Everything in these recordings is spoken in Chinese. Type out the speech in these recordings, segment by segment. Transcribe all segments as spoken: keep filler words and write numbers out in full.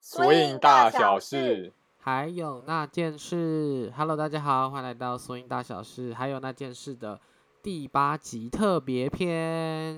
索引大小事， 还有那件事。Hello， 大家好，欢迎来到索引大小事，还有那件事的第八集特别篇。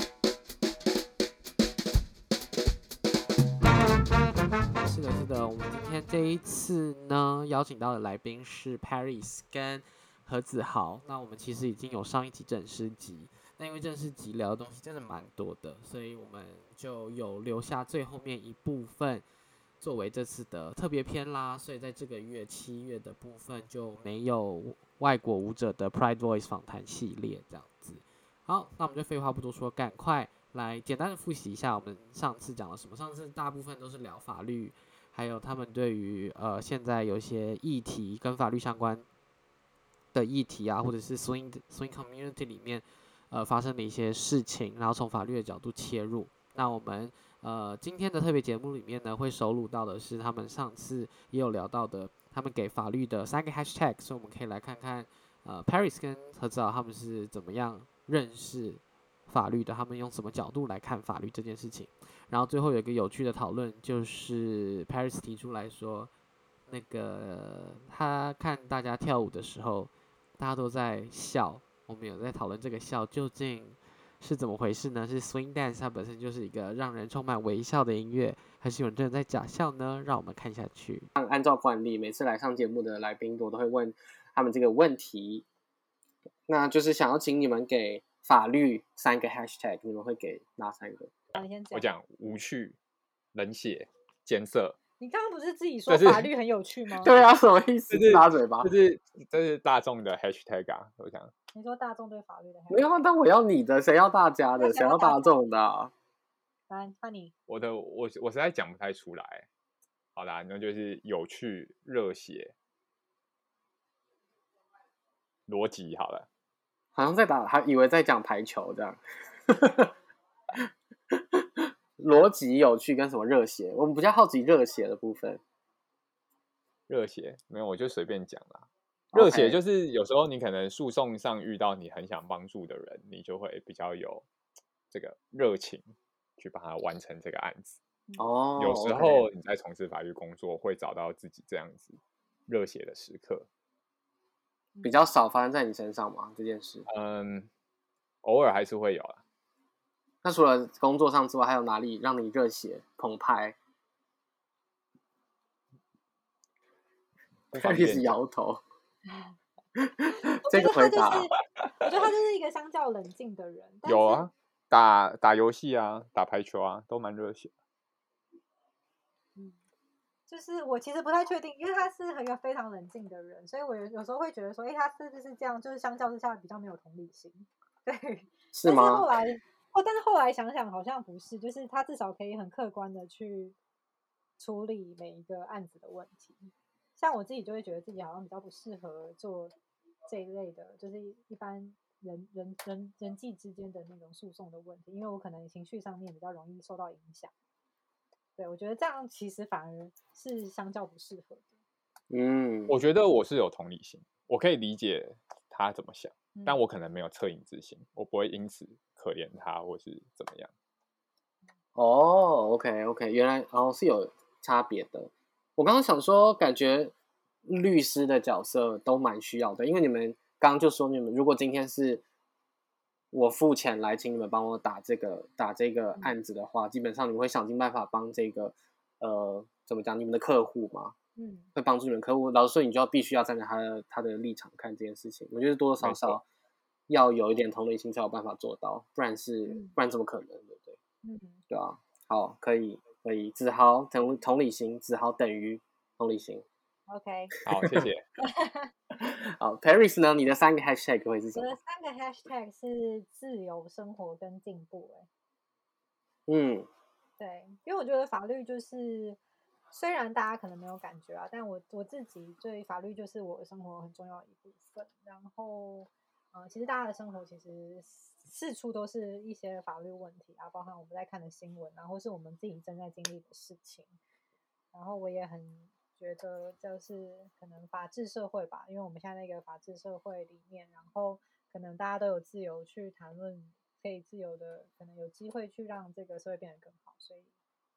是的，是的，我们今天这一次呢，邀请到的来宾是 Paris 跟何子豪。那我们其实已经有上一集正式集，那因为正式集聊的东西真的蛮多的，所以我们就有留下最后面一部分作为这次的特别篇啦。所以在这个月七月的部分就没有外国舞者的 Pride Voice 访谈系列这样子。好，那我们就废话不多说，赶快来简单的复习一下我们上次讲了什么。上次大部分都是聊法律，还有他们对于呃现在有一些议题跟法律相关的议题啊，或者是 swing swing community 里面呃发生的一些事情，然后从法律的角度切入。那我们呃今天的特别节目里面呢，会收录到的是他们上次也有聊到的，他们给法律的三个 hashtag， 所以我们可以来看看呃 Paris 跟何子豪他们是怎么样认识法律的，他们用什么角度来看法律这件事情。然后最后有一个有趣的讨论，就是 Paris 提出来说，那个他看大家跳舞的时候，大家都在笑，我们有在讨论这个笑究竟是怎么回事呢？是 swing dance 它本身就是一个让人充满微笑的音乐，还是有人真的在假笑呢？让我们看下去。 按照惯例，每次来上节目的来宾，我都会问他们这个问题，那就是想要请你们给法律三个 hashtag， 你们会给哪三个？ 我讲无趣、冷血、艰涩。 你刚刚不是自己说法律很有趣吗？ 对啊，什么意思？打嘴巴。 这是这是大众的 hashtag 啊，我想。 你说大众对法律的 hashtag？ 没有，但我要你的，谁要大家的？谁要大众的、啊？ 来，换你。 我的我我实在讲不太出来。好啦，那就是有趣、热血、逻辑。好了， 好像在打，还以为在讲排球这样。逻辑有趣跟什么热血？我们比较好奇热血的部分。 热血没有，我就随便讲啦。热血就是有时候你可能诉讼上遇到你很想帮助的人，你就会比较有这个热情去帮他完成这个案子。 哦， 有时候你在从事法律工作，会找到自己这样子热血的时刻， 比较少发生在你身上吗？这件事？ 嗯，偶尔还是会有啦。 那除了工作上之外，还有哪里让你热血澎湃？一直摇头。这个回答， 我觉得他就是一个相较冷静的人。 有啊，打打游戏啊，打排球啊，都蛮热血。 嗯，就是我其实不太确定，因为他是一个非常冷静的人，所以我有时候会觉得说，哎、欸，他是不是这样？就是相较之下比较没有同理心。对， 是吗？ 但是后来，哦，但是后来想想好像不是，就是他至少可以很客观的去处理每一个案子的问题。像我自己就会觉得自己好像比较不适合做这一类的，就是一般人人人人际之间的那种诉讼的问题，因为我可能情绪上面比较容易受到影响。对，我觉得这样其实反而是相较不适合的。 嗯， 我觉得我是有同理心，我可以理解他怎么想， 嗯、 但我可能没有恻隐之心，我不会因此可怜他或是怎么样。 哦 ，OK OK， 原来哦是有差别的。我刚刚想说，感觉律师的角色都蛮需要的，因为你们刚刚就说，你们如果今天是我付钱来请你们帮我打这个打这个案子的话，嗯、基本上你们会想尽办法帮这个呃怎么讲你们的客户嘛，嗯，会帮助你们客户，老实说，你就要必须要站在他的他的立场看这件事情。我觉得多多少少要有一点同理心才有办法做到，不然是、嗯、不然怎么可能，对不对？嗯，对啊，好，可以。可以，子豪同同理心，子豪等于同理心。 OK， 好，谢谢。 好 ，Paris 呢？你的三个 hashtag 会是什么？ 我的三个 hashtag 是自由生活跟进步、欸。 嗯， 对，因为我觉得法律就是，虽然大家可能没有感觉啊，但我我自己对法律就是我的生活很重要的一部分。然后，呃，其实大家的生活其实四处都是一些法律问题啊，包含我们在看的新闻，然后是我们自己正在经历的事情。然后我也很觉得，就是可能法治社会吧，因为我们现在那个法治社会里面，然后可能大家都有自由去谈论，可以自由的，可能有机会去让这个社会变得更好。所以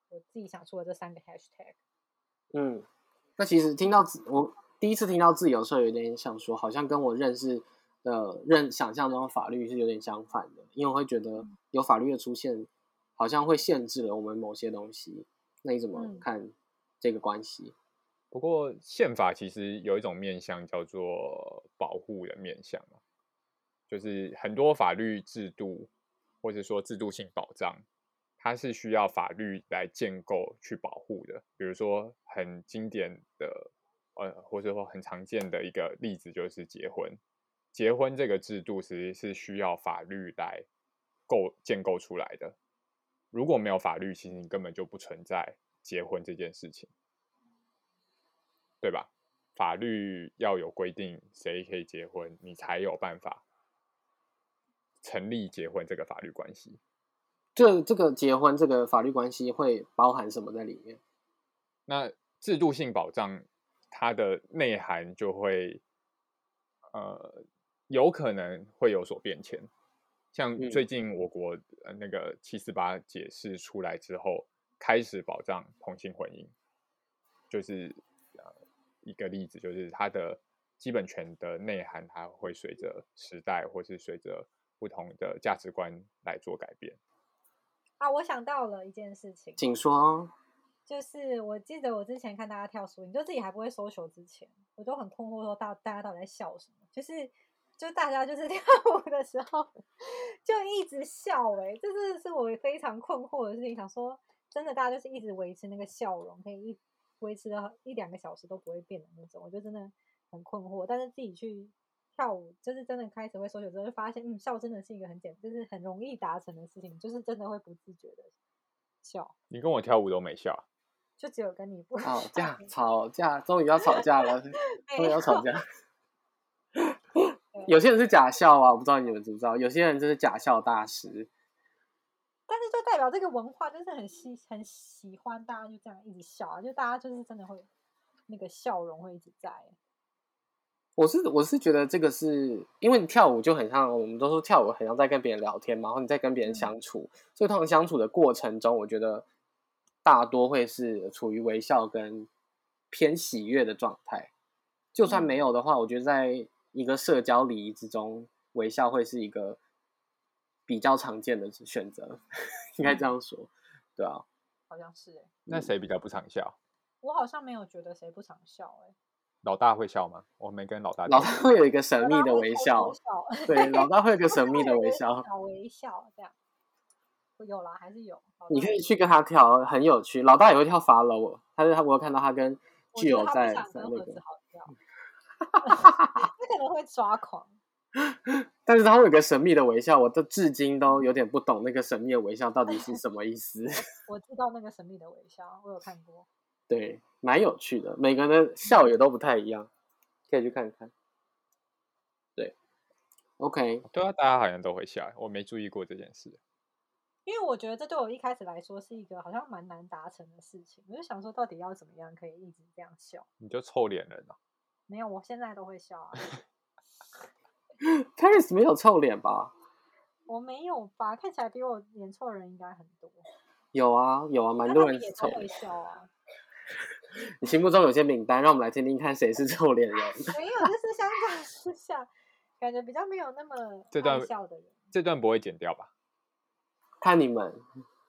我自己想出的这三个 hashtag。 嗯，那其实听到我第一次听到自由社，有点想说，好像跟我认识的认想象中的法律是有点相反的，因为我会觉得有法律的出现，好像会限制了我们某些东西。那你怎么看这个关系？嗯、 不过宪法其实有一种面向叫做保护的面向，就是很多法律制度或者说制度性保障，它是需要法律来建构去保护的。比如说很经典的呃，或者说很常见的一个例子就是结婚。结婚这个制度其实是需要法律来构建构出来的。如果没有法律，其实你根本就不存在结婚这件事情，对吧？法律要有规定谁可以结婚，你才有办法成立结婚这个法律关系。 这这个结婚这个法律关系会包含什么在里面？ 那制度性保障它的内涵就会呃有可能会有所变迁。像最近我国、呃、那个七四八解释出来之后，开始保障同性婚姻，就是、呃、一个例子，就是它的基本权的内涵，它会随着时代或是随着不同的价值观来做改变。 啊，我想到了一件事情， 请说。 就是我记得我之前看大家跳绳，你就自己还不会搜球之前，我都很困惑说大大家到底在笑什么，就是就大家就是跳舞的时候就一直笑、欸，哎，这是是我非常困惑的事情。想说真的，大家就是一直维持那个笑容，可以一维持了一两个小时都不会变的那种，我就真的很困惑。但是自己去跳舞，就是真的开始会搜球之后，就发现，嗯，笑真的是一个很简，就是很容易达成的事情，就是真的会不自觉的笑。 你跟我跳舞都没笑。 就只有跟你不吵架，吵架，终于要吵架了，终于要吵架。有些人是假笑啊，我不知道你们知不知道，有些人就是假笑大师。 但是就代表这个文化就是很喜很喜欢大家就这样一直笑啊，就大家就是真的会那个笑容会一直在。 我是我是觉得这个是因为你跳舞就很像，我们都说跳舞很像在跟别人聊天嘛，然后你在跟别人相处，嗯、所以通常相处的过程中，我觉得大多会是处于微笑跟偏喜悦的状态。就算没有的话，我觉得在一个社交礼仪之中，微笑会是一个比较常见的选择，应该这样说，对啊。 好像是哎、欸。 那谁比较不常笑？ 我好像没有觉得谁不常笑哎、欸。 老大会笑吗？我没跟老大。 老大会有一个神秘的微笑，对，老大会有一个神秘的微笑， 小微笑这样。有啦，还是有。 你可以去跟他跳，很有趣。老大也会跳法楼，他是他，我有看到他跟具有在在那个。 他可能会抓狂。 但是他会有个神秘的微笑，我都至今都有点不懂那个神秘的微笑到底是什么意思。 我知道那个神秘的微笑，我有看过。 对，蛮有趣的，每个人的笑也都不太一样，可以去看看。对 ，OK， 对啊，大家好像都会笑，我没注意过这件事。 因为我觉得这对我一开始来说是一个好像蛮难达成的事情，我就想说到底要怎么样可以一直这样笑。 你就臭脸人啊？ 没有，我现在都会笑啊。 Paris 没有臭脸吧？ 我没有吧？看起来比我脸臭的人应该很多。 有啊，有啊，蛮多人也都会笑啊。 你心目中有些名单，让我们来听听看谁是臭脸人。 没有，就是相较之下，感觉比较没有那么爱笑的人。 这段不会剪掉吧？ 看你们。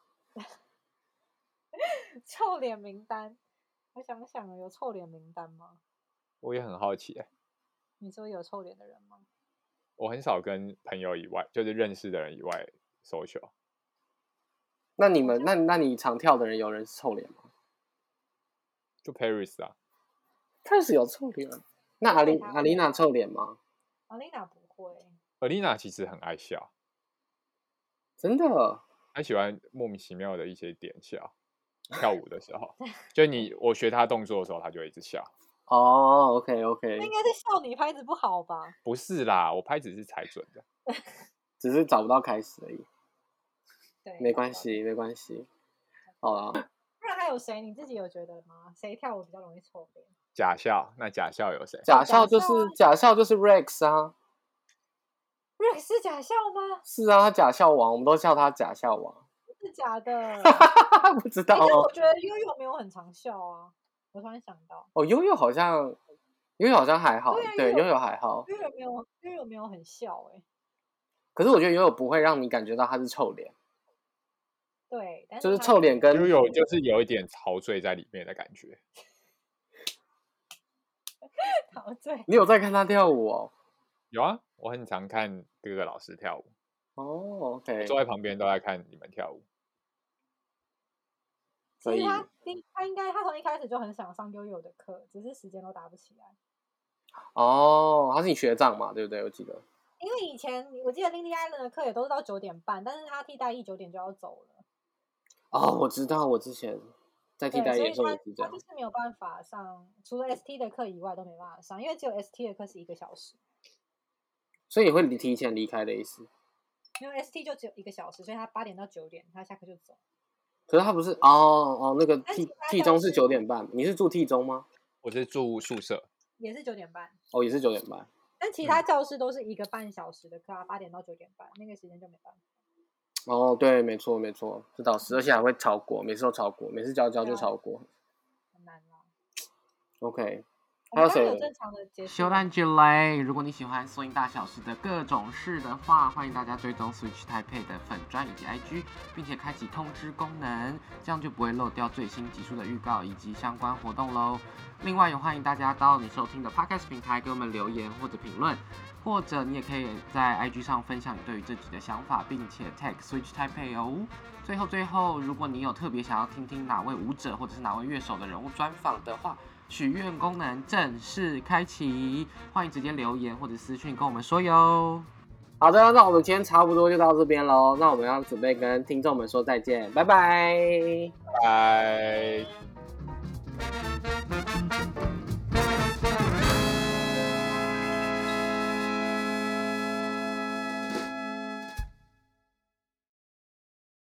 臭脸名单，我想想，有臭脸名单吗？ 我也很好奇哎、欸。 你说有臭脸的人吗？ 我很少跟朋友以外，就是认识的人以外 social。 那你们，那那你常跳的人有人是臭脸吗？ 就 Paris 啊 ，Paris 有臭脸。那阿丽阿丽娜臭脸吗？ 阿丽娜不会。 阿丽娜其实很爱笑， 真的。 她喜欢莫名其妙的一些点笑，跳舞的时候，就你我学她动作的时候，她就一直笑。 哦 ，OK OK， 那应该是笑你拍子不好吧？ 不是啦，我拍子是踩准的， 只是找不到开始而已。 对， 没关系，没关系。好了， 不然还有谁？你自己有觉得吗？谁跳舞比较容易臭脸？ 假笑，那假笑有谁？ 假笑就是假笑就是 Rex 啊。 Rex 是假笑吗？ 是啊，他假笑王，我们都叫他假笑王。 是假的？ 不知道欸但哦。 我觉得悠悠没有很常笑啊，我突然想到， 哦，悠悠好像，悠悠好像还好， 对啊对， 悠悠悠悠还好。 悠悠没有悠悠没有很笑哎、 可是我觉得悠悠不会让你感觉到他是臭脸， 对，但就是他臭脸跟就有就是有一点陶醉在里面的感觉。 陶醉。 你有在看他跳舞哦？ 有啊，我很常看各个老师跳舞， 哦我 ，OK， 坐在旁边都在看你们跳舞。 所以其实他应他应该他从一开始就很想上悠悠的课，只是时间都搭不起来。 哦，他是你学长嘛，对不对？我记得。 因为以前我记得 Lindy Island 的课也都是到九点半，但是他替代役九点就要走了。 哦，我知道，我之前在替对，所以代役的时候他也是这样他就。是没有办法上，除了 S T 的课以外都没办法上，因为只有 S T 的课是一个小时， 所以你会离提前离开的意思。 因为 S T 就只有一个小时，所以他八点到九点他下课就走。 可是他不是哦哦，那个但 T 其他 T 中是教室九点半，你是住 T 中吗？ 我是住宿舍， 也是九点半， 哦，也是九点半。 但其他教室都是一个半小时的课啊，八点到九点半，那个时间就没办法。 哦，对，没错没错，是导师，而且还会超过，每次都超过，每次教教就超过。 很难啦。 OK， 我还有谁？ 们刚刚有正常的结束修蛋之类，如果你喜欢索引大小事的各种事的话，欢迎大家追踪 Switch Taipei 的粉专以及 I G， 并且开启通知功能，这样就不会漏掉最新集数的预告以及相关活动喽。另外，也欢迎大家到你收听的 Podcast 平台给我们留言或者评论，或者你也可以在 I G 上分享你对于这集的想法，并且 tag Switch Taipei 哦。最后最后，如果你有特别想要听听哪位舞者或者是哪位乐手的人物专访的话，许愿功能正式开启，欢迎直接留言或者私讯跟我们说哟。 好的，那我们今天差不多就到这边喽。那我们要准备跟听众们说再见，拜拜。 拜。